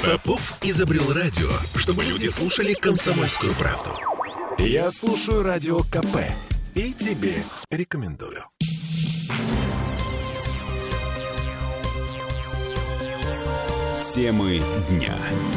Попов изобрел радио, чтобы люди слушали «Комсомольскую правду». Я слушаю Радио КП и тебе рекомендую. Темы дня.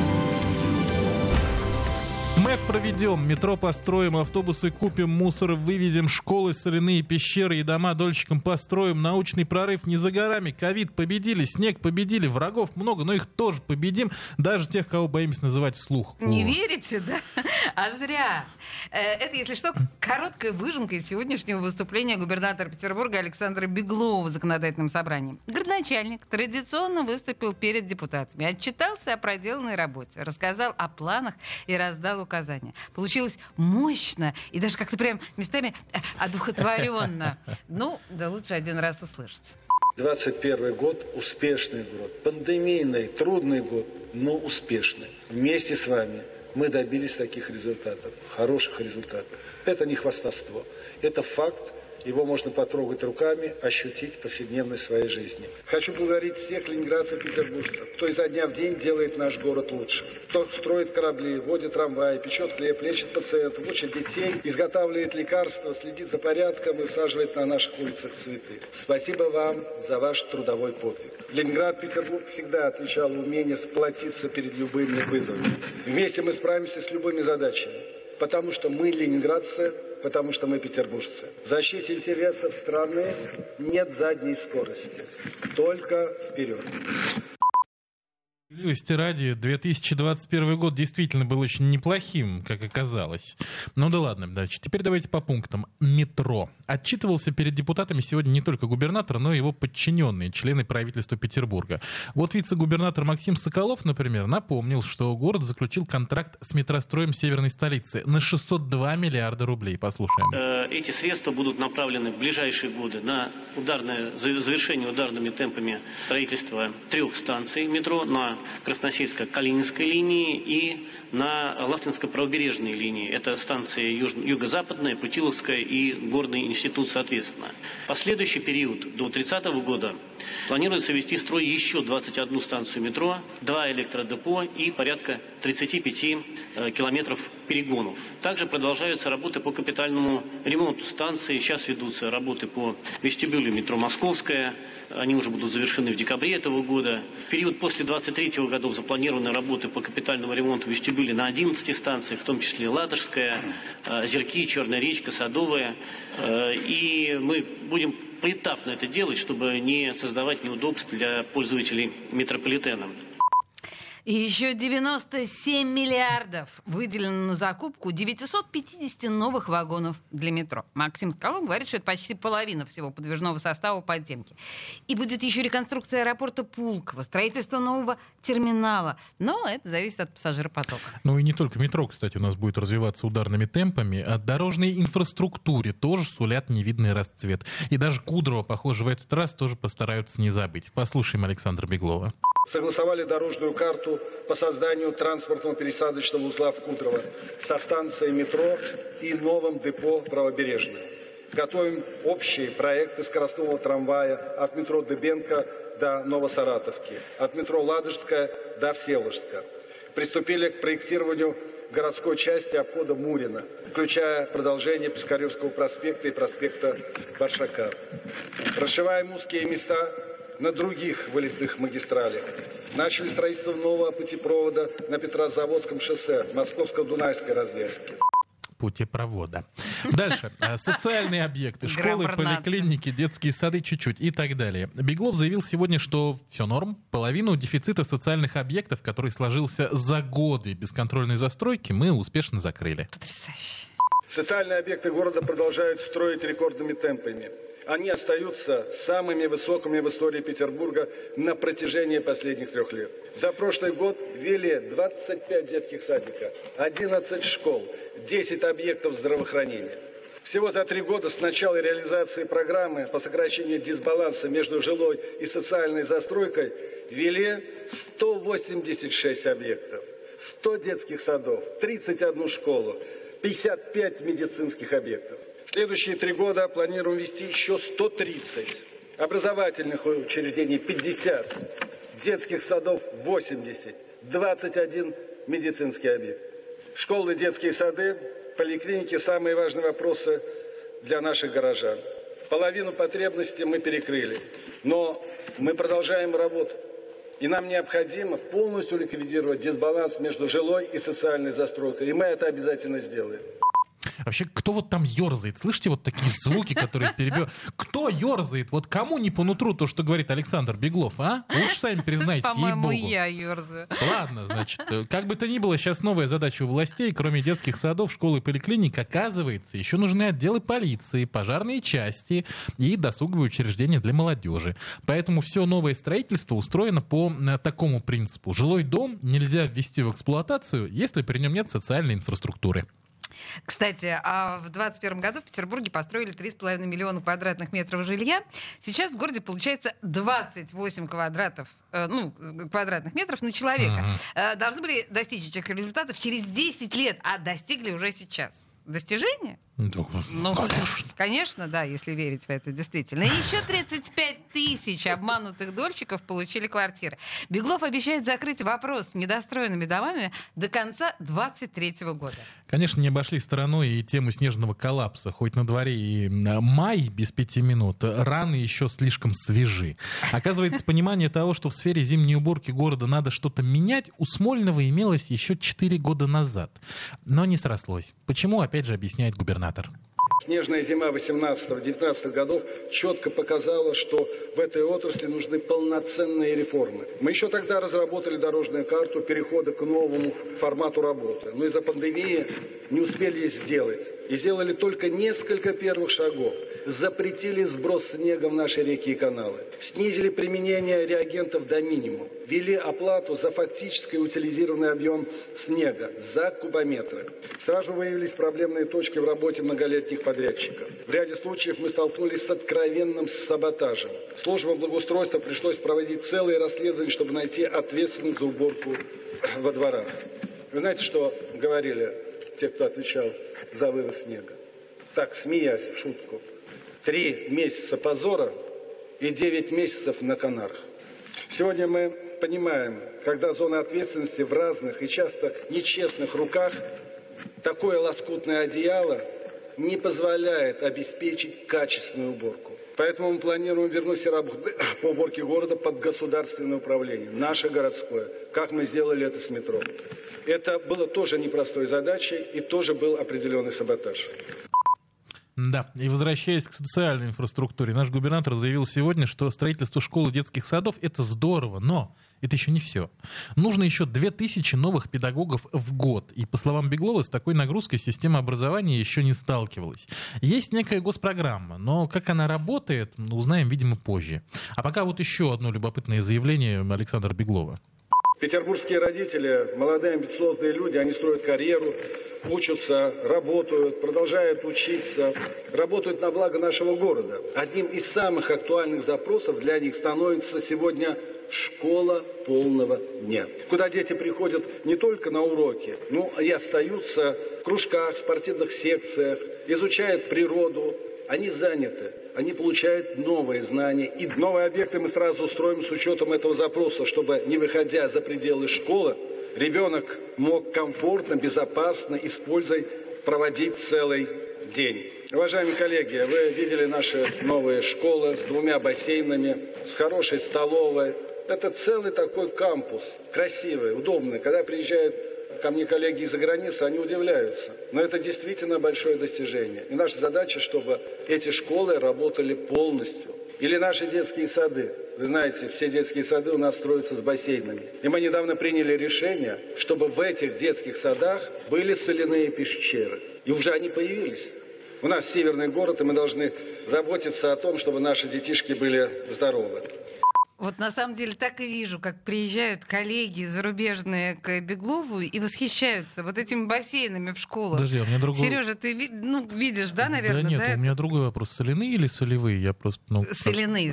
МЭФ проведем, метро построим, автобусы купим, мусор вывезем, школы, соляные пещеры и дома дольщикам построим. Научный прорыв не за горами. Ковид победили, снег победили, врагов много, но их тоже победим, даже тех, кого боимся называть вслух. Не верите, да? А зря. Это, если что, короткая выжимка из сегодняшнего выступления губернатора Петербурга Александра Беглова в законодательном собрании. Городначальник традиционно выступил перед депутатами, отчитался о проделанной работе, рассказал о планах и раздал указания. Получилось мощно и даже как-то прям местами одухотворенно. Ну, да лучше один раз услышать. 21 год – успешный год. Пандемийный, трудный год, но успешный. Вместе с вами мы добились таких результатов, хороших результатов. Это не хвастовство, это факт. Его можно потрогать руками, ощутить в повседневной своей жизни. Хочу благодарить всех ленинградцев и петербуржцев, кто изо дня в день делает наш город лучше. Кто строит корабли, водит трамваи, печет хлеб, лечит пациентов, учит детей, изготавливает лекарства, следит за порядком и высаживает на наших улицах цветы. Спасибо вам за ваш трудовой подвиг. Ленинград, Петербург всегда отличало умение сплотиться перед любыми вызовами. Вместе мы справимся с любыми задачами, потому что мы ленинградцы, потому что мы петербуржцы. В защите интересов страны нет задней скорости, только вперед. Справедливости ради, 2021 год действительно был очень неплохим, как оказалось. Ну да ладно, дальше. Теперь давайте по пунктам. Метро. Отчитывался перед депутатами сегодня не только губернатор, но и его подчиненные, члены правительства Петербурга. Вот вице-губернатор Максим Соколов, например, напомнил, что город заключил контракт с метростроем северной столицы на 602 миллиарда рублей. Послушаем. Эти средства будут направлены в ближайшие годы на завершение ударными темпами строительства 3 станций метро на Красносельско-Калининской линии и на Лахтинско-правобережной линии. Это станции Юго-Западная, Путиловская и Горный институт, соответственно. Последующий период, до 30 года, планируется ввести в строй еще 21 станцию метро, 2 электродепо и порядка 35 километров перегонов. Также продолжаются работы по капитальному ремонту станции. Сейчас ведутся работы по вестибюлю метро «Московская». Они уже будут завершены в декабре этого года. В период после 23 годов запланированы работы по капитальному ремонту вестибюля на 11 станциях, в том числе Ладожская, Озерки, Черная речка, Садовая. И мы будем поэтапно это делать, чтобы не создавать неудобств для пользователей метрополитена. И еще 97 миллиардов выделено на закупку 950 новых вагонов для метро. Максим Соколов говорит, что это почти половина всего подвижного состава подземки. И будет еще реконструкция аэропорта Пулково, строительство нового терминала. Но это зависит от пассажиропотока. Ну и не только метро, кстати, у нас будет развиваться ударными темпами. О дорожной инфраструктуре тоже сулят невидный расцвет. И даже Кудрово, похоже, в этот раз тоже постараются не забыть. Послушаем Александра Беглова. Согласовали дорожную карту по созданию транспортного пересадочного узла в Кудрово со станцией метро и новым депо «Правобережное». Готовим общие проекты скоростного трамвая от метро Дыбенко до Новосаратовки, от метро Ладожская до Всеволожска. Приступили к проектированию городской части обхода Мурино, включая продолжение Пискаревского проспекта и проспекта Баршака. Расшиваем узкие места на других вылетных магистралях. Начали строительство нового путепровода на Петрозаводском шоссе, Московско-Дунайской развязке. Путепровода. Дальше. Социальные объекты. Школы, поликлиники, детские сады чуть-чуть и так далее. Беглов заявил сегодня, что все норм. Половину дефицита социальных объектов, который сложился за годы бесконтрольной застройки, мы успешно закрыли. Потрясающе. Социальные объекты города продолжают строить рекордными темпами. Они остаются самыми высокими в истории Петербурга на протяжении последних 3 лет. За прошлый год ввели 25 детских садиков, 11 школ, 10 объектов здравоохранения. Всего за 3 года с начала реализации программы по сокращению дисбаланса между жилой и социальной застройкой ввели 186 объектов, 100 детских садов, 31 школу, 55 медицинских объектов. В следующие 3 года планируем ввести еще 130, образовательных учреждений 50, детских садов 80, 21 медицинский объект. Школы, детские сады, поликлиники – самые важные вопросы для наших горожан. Половину потребностей мы перекрыли, но мы продолжаем работу. И нам необходимо полностью ликвидировать дисбаланс между жилой и социальной застройкой. И мы это обязательно сделаем. Вообще, кто вот там ерзает? Слышите вот такие звуки, которые перебивают? Кто ерзает? Вот кому не по нутру то, что говорит Александр Беглов, а? Лучше сами признайте, По-моему, ей-богу. я ерзаю. Ладно, значит, как бы то ни было, сейчас новая задача у властей. Кроме детских садов, школ и поликлиник, оказывается, еще нужны отделы полиции, пожарные части и досуговые учреждения для молодежи. Поэтому все новое строительство устроено по такому принципу. Жилой дом нельзя ввести в эксплуатацию, если при нем нет социальной инфраструктуры. Кстати, а в 2021 году в Петербурге построили 3,5 миллиона квадратных метров жилья. Сейчас в городе получается 28 квадратных метров на человека. Должны были достичь этих результатов через 10 лет, а достигли уже сейчас. Достижение? Ну, конечно, да, если верить в это, действительно. И еще 35 тысяч обманутых дольщиков получили квартиры. Беглов обещает закрыть вопрос с недостроенными домами до конца 2023 года. Конечно, не обошли стороной и тему снежного коллапса. Хоть на дворе и май без 5 минут, раны еще слишком свежи. Оказывается, понимание того, что в сфере зимней уборки города надо что-то менять, у Смольного имелось еще 4 года назад. Но не срослось. Почему, опять же, объясняет губернатор. Снежная зима 18-19 годов четко показала, что в этой отрасли нужны полноценные реформы. Мы еще тогда разработали дорожную карту перехода к новому формату работы. Но из-за пандемии не успели сделать. И сделали только несколько первых шагов. Запретили сброс снега в наши реки и каналы. Снизили применение реагентов до минимума. Ввели оплату за фактически утилизированный объем снега, за кубометры. Сразу выявились проблемные точки в работе многолетних подрядчиков. В ряде случаев мы столкнулись с откровенным саботажем. Службам благоустройства пришлось проводить целые расследования, чтобы найти ответственность за уборку во дворах. Вы знаете, что говорили те, кто отвечал за вывоз снега? Так, смеясь в шутку. 3 месяца позора и 9 месяцев на Канарах. Сегодня мы понимаем, когда зона ответственности в разных и часто нечестных руках, такое лоскутное одеяло не позволяет обеспечить качественную уборку. Поэтому мы планируем вернуть все работы по уборке города под государственное управление, наше городское, как мы сделали это с метро. Это было тоже непростой задачей и тоже был определенный саботаж. Да, и возвращаясь к социальной инфраструктуре, наш губернатор заявил сегодня, что строительство школ и детских садов — это здорово, но это еще не все. Нужно еще 2000 новых педагогов в год. И, по словам Беглова, с такой нагрузкой система образования еще не сталкивалась. Есть некая госпрограмма, но как она работает, узнаем, видимо, позже. А пока вот еще одно любопытное заявление Александра Беглова. Петербургские родители, молодые амбициозные люди, они строят карьеру, учатся, работают, продолжают учиться, работают на благо нашего города. Одним из самых актуальных запросов для них становится сегодня школа полного дня, куда дети приходят не только на уроки, но и остаются в кружках, спортивных секциях, изучают природу. Они заняты, они получают новые знания. И новые объекты мы сразу устроим с учетом этого запроса, чтобы, не выходя за пределы школы, ребенок мог комфортно, безопасно, используя, проводить целый день. Уважаемые коллеги, вы видели наши новые школы с 2 бассейнами, с хорошей столовой. Это целый такой кампус, красивый, удобный. Когда приезжают ко мне коллеги из-за границы, они удивляются. Но это действительно большое достижение. И наша задача, чтобы эти школы работали полностью. Или наши детские сады. Вы знаете, все детские сады у нас строятся с бассейнами. И мы недавно приняли решение, чтобы в этих детских садах были соляные пещеры. И уже они появились. У нас северный город, и мы должны заботиться о том, чтобы наши детишки были здоровы. Вот на самом деле так и вижу, как приезжают коллеги зарубежные к Беглову и восхищаются вот этими бассейнами в школах. Подожди, у меня другой... Сережа, ты видишь, да, наверное? Да нет, да? У меня другой вопрос. Соляные или солевые? Я просто... Соляные,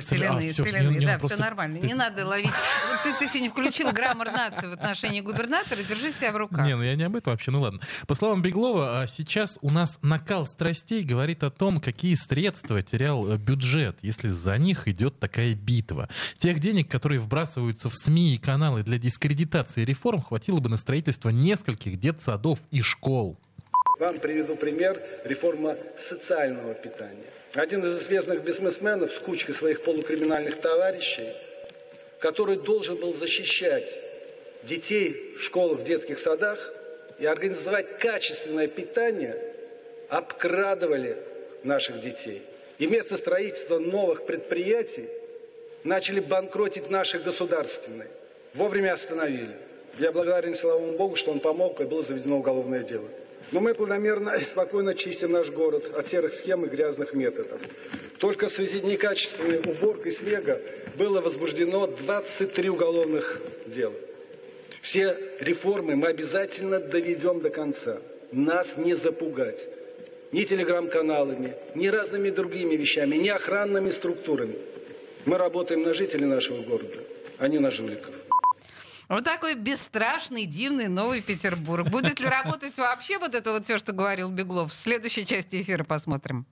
да, все нормально. Не надо ловить. Ты сегодня включил граммар нации в отношении губернатора, держи себя в руках. Не, я не об этом вообще, ладно. По словам Беглова, сейчас у нас накал страстей говорит о том, какие средства терял бюджет, если за них идет такая битва. Те Тех денег, которые вбрасываются в СМИ и каналы для дискредитации реформ, хватило бы на строительство нескольких детсадов и школ. Вам приведу пример реформы социального питания. Один из известных бизнесменов с кучкой своих полукриминальных товарищей, который должен был защищать детей в школах, в детских садах и организовать качественное питание, обкрадывали наших детей. И вместо строительства новых предприятий начали банкротить наши государственные. Вовремя остановили. Я благодарен, слава Богу, что он помог, и было заведено уголовное дело. Но мы планомерно и спокойно чистим наш город от серых схем и грязных методов. Только в связи с некачественной уборкой снега было возбуждено 23 уголовных дела. Все реформы мы обязательно доведем до конца. Нас не запугать. Ни телеграм-каналами, ни разными другими вещами, ни охранными структурами. Мы работаем на жителей нашего города, а не на жуликов. Вот такой бесстрашный, дивный Новый Петербург. Будет ли работать вообще вот это вот все, что говорил Беглов? В следующей части эфира посмотрим.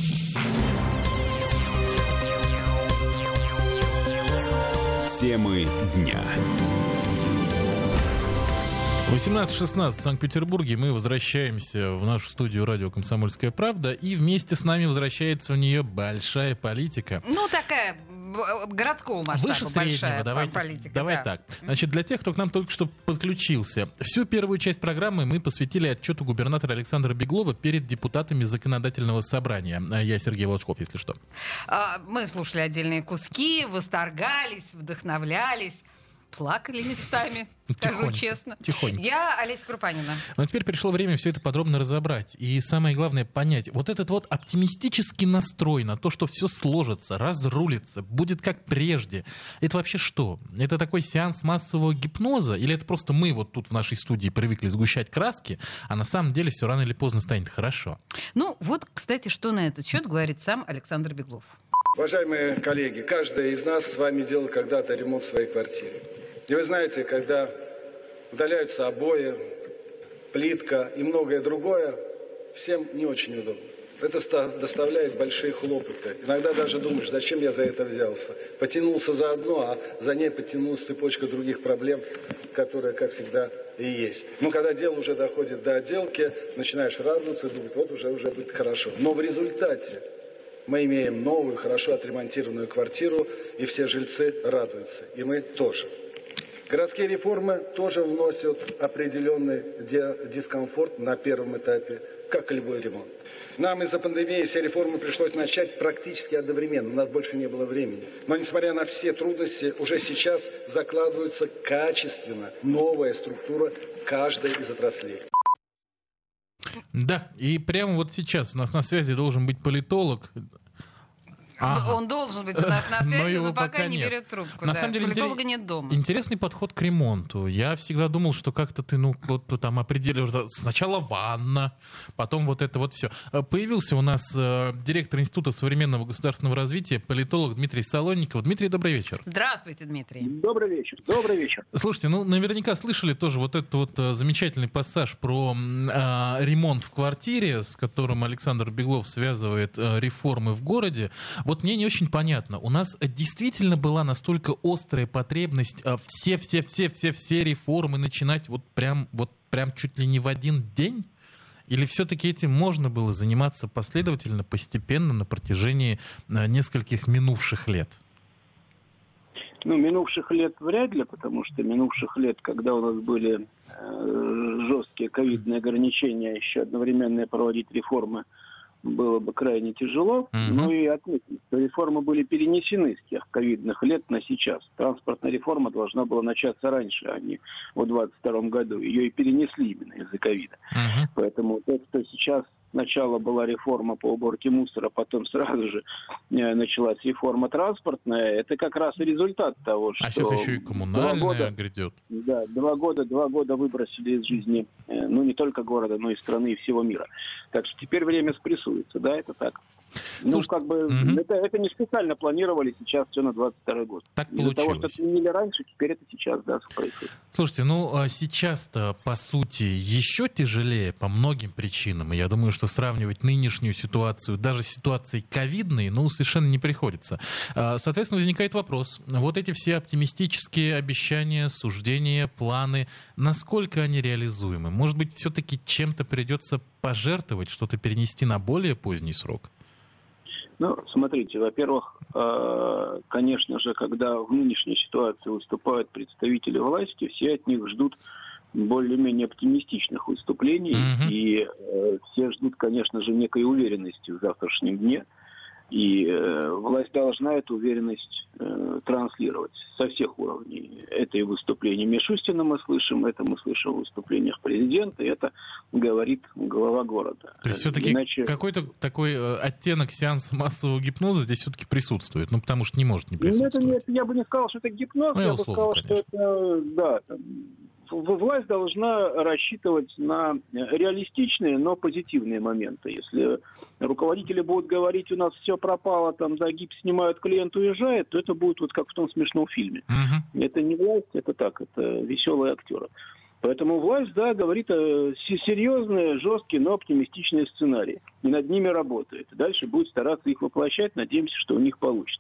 Темы дня. 18:16 в Санкт-Петербурге. Мы возвращаемся в нашу студию радио «Комсомольская правда». И вместе с нами возвращается в нее большая политика. Ну, такая городского масштаба Выше большая среднего, политика. Давай да. так. Значит, для тех, кто к нам только что подключился, всю первую часть программы мы посвятили отчету губернатора Александра Беглова перед депутатами Законодательного собрания. Я Сергей Волчков, если что. Мы слушали отдельные куски, восторгались, вдохновлялись. Плакали местами, скажу честно. Тихонько. Я Олеся Крупанина. Но теперь пришло время все это подробно разобрать. И самое главное понять, вот этот вот оптимистический настрой на то, что все сложится, разрулится, будет как прежде. Это вообще что? Это такой сеанс массового гипноза? Или это просто мы вот тут в нашей студии привыкли сгущать краски, а на самом деле все рано или поздно станет хорошо? Ну вот, кстати, что на этот счет говорит сам Александр Беглов. Уважаемые коллеги, каждый из нас с вами делал когда-то ремонт в своей квартире. И вы знаете, когда удаляются обои, плитка и многое другое, всем не очень удобно. Это доставляет большие хлопоты. Иногда даже думаешь, зачем я за это взялся. Потянулся за одно, а за ней потянулась цепочка других проблем, которые, как всегда, и есть. Но когда дело уже доходит до отделки, начинаешь радоваться, думать, вот уже будет хорошо. Но в результате мы имеем новую, хорошо отремонтированную квартиру, и все жильцы радуются. И мы тоже. Городские реформы тоже вносят определенный дискомфорт на первом этапе, как и любой ремонт. Нам из-за пандемии все реформы пришлось начать практически одновременно. У нас больше не было времени. Но, несмотря на все трудности, уже сейчас закладывается качественно новая структура каждой из отраслей. Да, и прямо вот сейчас у нас на связи должен быть политолог. Ага. Он должен быть у нас на связи, но пока не нет. берет трубку. На да. самом деле, политолога нет дома. Интересный подход к ремонту. Я всегда думал, что как-то ты, вот там определил, сначала ванна, потом вот это вот все. Появился у нас директор Института современного государственного развития, политолог Дмитрий Солонников. Дмитрий, добрый вечер. Здравствуйте, Дмитрий. Добрый вечер. Добрый вечер. Слушайте, наверняка слышали тоже вот этот вот замечательный пассаж про ремонт в квартире, с которым Александр Беглов связывает реформы в городе. Вот мне не очень понятно. У нас действительно была настолько острая потребность все реформы начинать вот прям чуть ли не в один день? Или все-таки этим можно было заниматься последовательно, постепенно на протяжении нескольких минувших лет? Минувших лет вряд ли, потому что минувших лет, когда у нас были жесткие ковидные ограничения, еще одновременно проводить реформы было бы крайне тяжело. Ну и отметим, что реформы были перенесены с тех ковидных лет на сейчас. Транспортная реформа должна была начаться раньше, а не в 2022 году. Ее и перенесли именно из-за ковида. Поэтому то, что сейчас сначала была реформа по уборке мусора, потом сразу же началась реформа транспортная, это как раз результат того, что... А сейчас еще и коммунальная грядет. Да, два года выбросили из жизни, не только города, но и страны, и всего мира. Так что теперь время спрессуется, да, это так. Ну, как бы, это не специально планировали сейчас все на 22 год. Так Из-за того, получилось. что отменили раньше, теперь это сейчас, да, происходит. Слушайте, сейчас-то, по сути, еще тяжелее по многим причинам. И я думаю, что сравнивать нынешнюю ситуацию, даже с ситуацией ковидной, совершенно не приходится. Соответственно, возникает вопрос. Вот эти все оптимистические обещания, суждения, планы, насколько они реализуемы? Может быть, все-таки чем-то придется пожертвовать, что-то перенести на более поздний срок? Ну, смотрите, во-первых, конечно же, когда в нынешней ситуации выступают представители власти, все от них ждут более-менее оптимистичных выступлений, и все ждут, конечно же, некой уверенности в завтрашнем дне. И власть должна эту уверенность транслировать со всех уровней. Это и выступление Мишустина мы слышим, это мы слышим в выступлениях президента, и это говорит глава города. То есть все-таки какой-то такой оттенок сеанса массового гипноза здесь все-таки присутствует, потому что не может не присутствовать. Я бы не сказал, что это гипноз, я бы сказал, конечно. Что это, власть должна рассчитывать на реалистичные, но позитивные моменты. Если руководители будут говорить, у нас все пропало, там за гипс снимают, клиент уезжает, то это будет вот как в том смешном фильме. Это не власть, это так, это веселые актеры. Поэтому власть, да, говорит серьезные, жесткие, но оптимистичные сценарии. И над ними работает. Дальше будет стараться их воплощать, надеемся, что у них получится.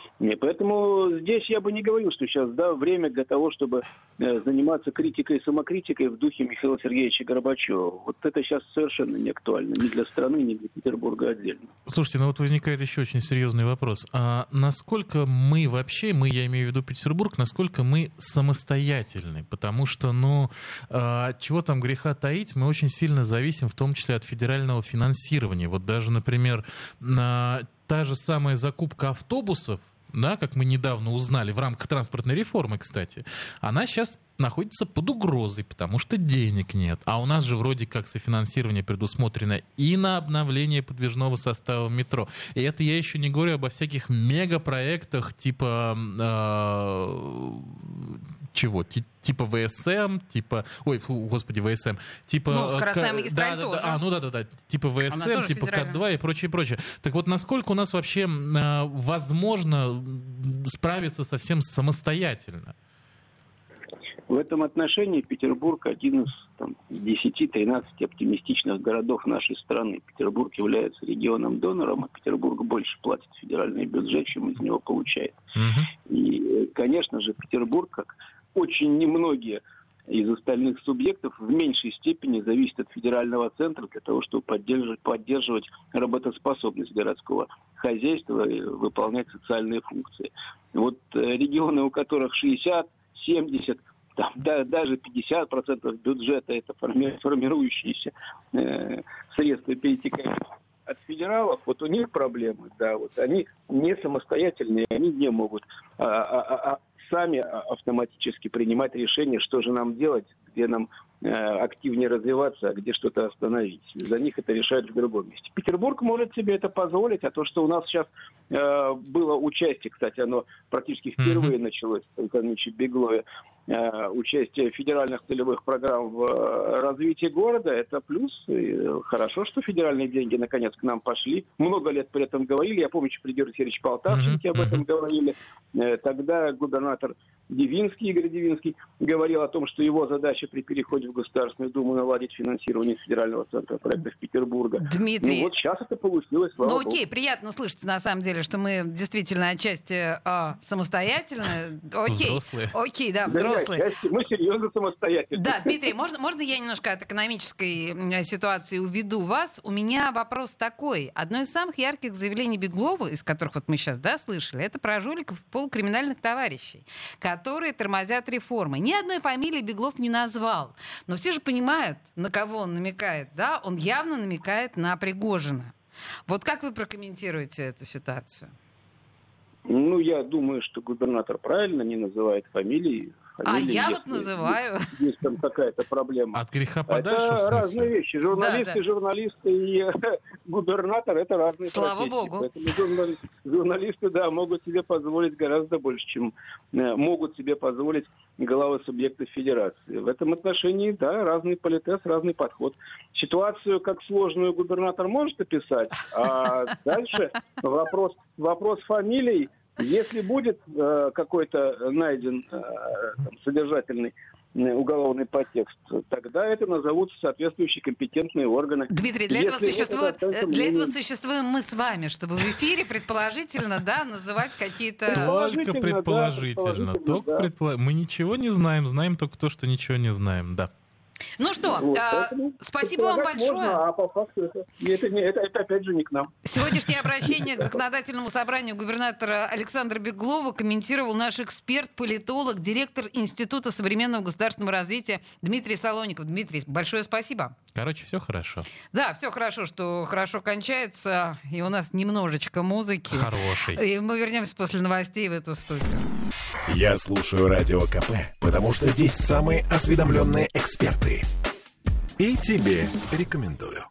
Поэтому здесь я бы не говорил, что сейчас время для того, чтобы заниматься критикой и самокритикой в духе Михаила Сергеевича Горбачева. Вот это сейчас совершенно не актуально ни для страны, ни для Петербурга отдельно. Слушайте, возникает еще очень серьезный вопрос. А насколько мы вообще, я имею в виду Петербург, насколько мы самостоятельны? Потому что, чего там греха таить, мы очень сильно зависим, в том числе от федерального финансирования. Вот даже, например, та же самая закупка автобусов, да, как мы недавно узнали в рамках транспортной реформы, кстати, она сейчас находится под угрозой, потому что денег нет. А у нас же вроде как софинансирование предусмотрено и на обновление подвижного состава метро. И это я еще не говорю обо всяких мегапроектах типа типа ВСМ, ВСМ, типа... скоростная магистраль тоже. Типа ВСМ, типа КАТ-2 и прочее. Так вот, насколько у нас вообще возможно справиться со всем самостоятельно? В этом отношении Петербург один из 10-13 оптимистичных городов нашей страны. Петербург является регионом-донором, а Петербург больше платит в федеральный бюджет, чем из него получает. И, конечно же, Петербург, как очень немногие из остальных субъектов, в меньшей степени зависит от федерального центра для того, чтобы поддерживать работоспособность городского хозяйства и выполнять социальные функции. Вот регионы, у которых 60, 70, даже 50% бюджета это формирующиеся средства перетекают от федералов, вот у них проблемы, они не самостоятельные, они не могут сами автоматически принимать решение, что же нам делать, где нам активнее развиваться, а где что-то остановить. За них это решают в другом месте. Петербург может себе это позволить, а то, что у нас сейчас было участие, кстати, оно практически впервые началось в Александре Ильиче Беглове, участие федеральных целевых программ в развитии города, это плюс. И хорошо, что федеральные деньги наконец к нам пошли. Много лет при этом говорили. Я помню, что Игорь Сергеевич Полтавченко об этом говорили. Тогда губернатор Игорь Дивинский говорил о том, что его задача при переходе в Государственную Думу наладить финансирование федерального центра проектов Петербурга. Дмитрий, вот сейчас это получилось. окей, приятно слышать, на самом деле, что мы действительно отчасти самостоятельны. Взрослые. Окей, да, взрослые. Отчасти мы серьезно самостоятельны. Да, Дмитрий, можно я немножко от экономической ситуации уведу вас? У меня вопрос такой. Одно из самых ярких заявлений Беглова, из которых мы сейчас слышали, это про жуликов полукриминальных товарищей, которые тормозят реформы. Ни одной фамилии Беглов не назвал. Но все же понимают, на кого он намекает. Да? Он явно намекает на Пригожина. Вот как вы прокомментируете эту ситуацию? Я думаю, что губернатор правильно не называет фамилии. фамилии. А я вот называю. Есть там какая-то проблема. От греха подальше, это в смысле? разные вещи. Журналисты и губернатор — это разные Слава профессии. богу. Поэтому журналисты, да, могут себе позволить гораздо больше, чем могут себе позволить главы субъектов федерации. В этом отношении, да, разный политез, разный подход. Ситуацию как сложную губернатор может описать, а дальше вопрос фамилий. Если будет какой-то найден содержательный уголовный подтекст, тогда это назовут соответствующие компетентные органы. Дмитрий, для этого существуем мы с вами, чтобы в эфире предположительно, да, называть какие-то... Только предположительно. Мы ничего не знаем, знаем только то, что ничего не знаем, да. Ну что, спасибо вам большое. Можно, а по факту это опять же не к нам. Сегодняшнее обращение к законодательному собранию губернатора Александра Беглова комментировал наш эксперт-политолог, директор Института современного государственного развития Дмитрий Солоников. Дмитрий, большое спасибо. Короче, все хорошо. Да, все хорошо, что хорошо кончается, и у нас немножечко музыки. Хороший. И мы вернемся после новостей в эту студию. Я слушаю Радио КП, потому что здесь самые осведомленные эксперты. И тебе рекомендую.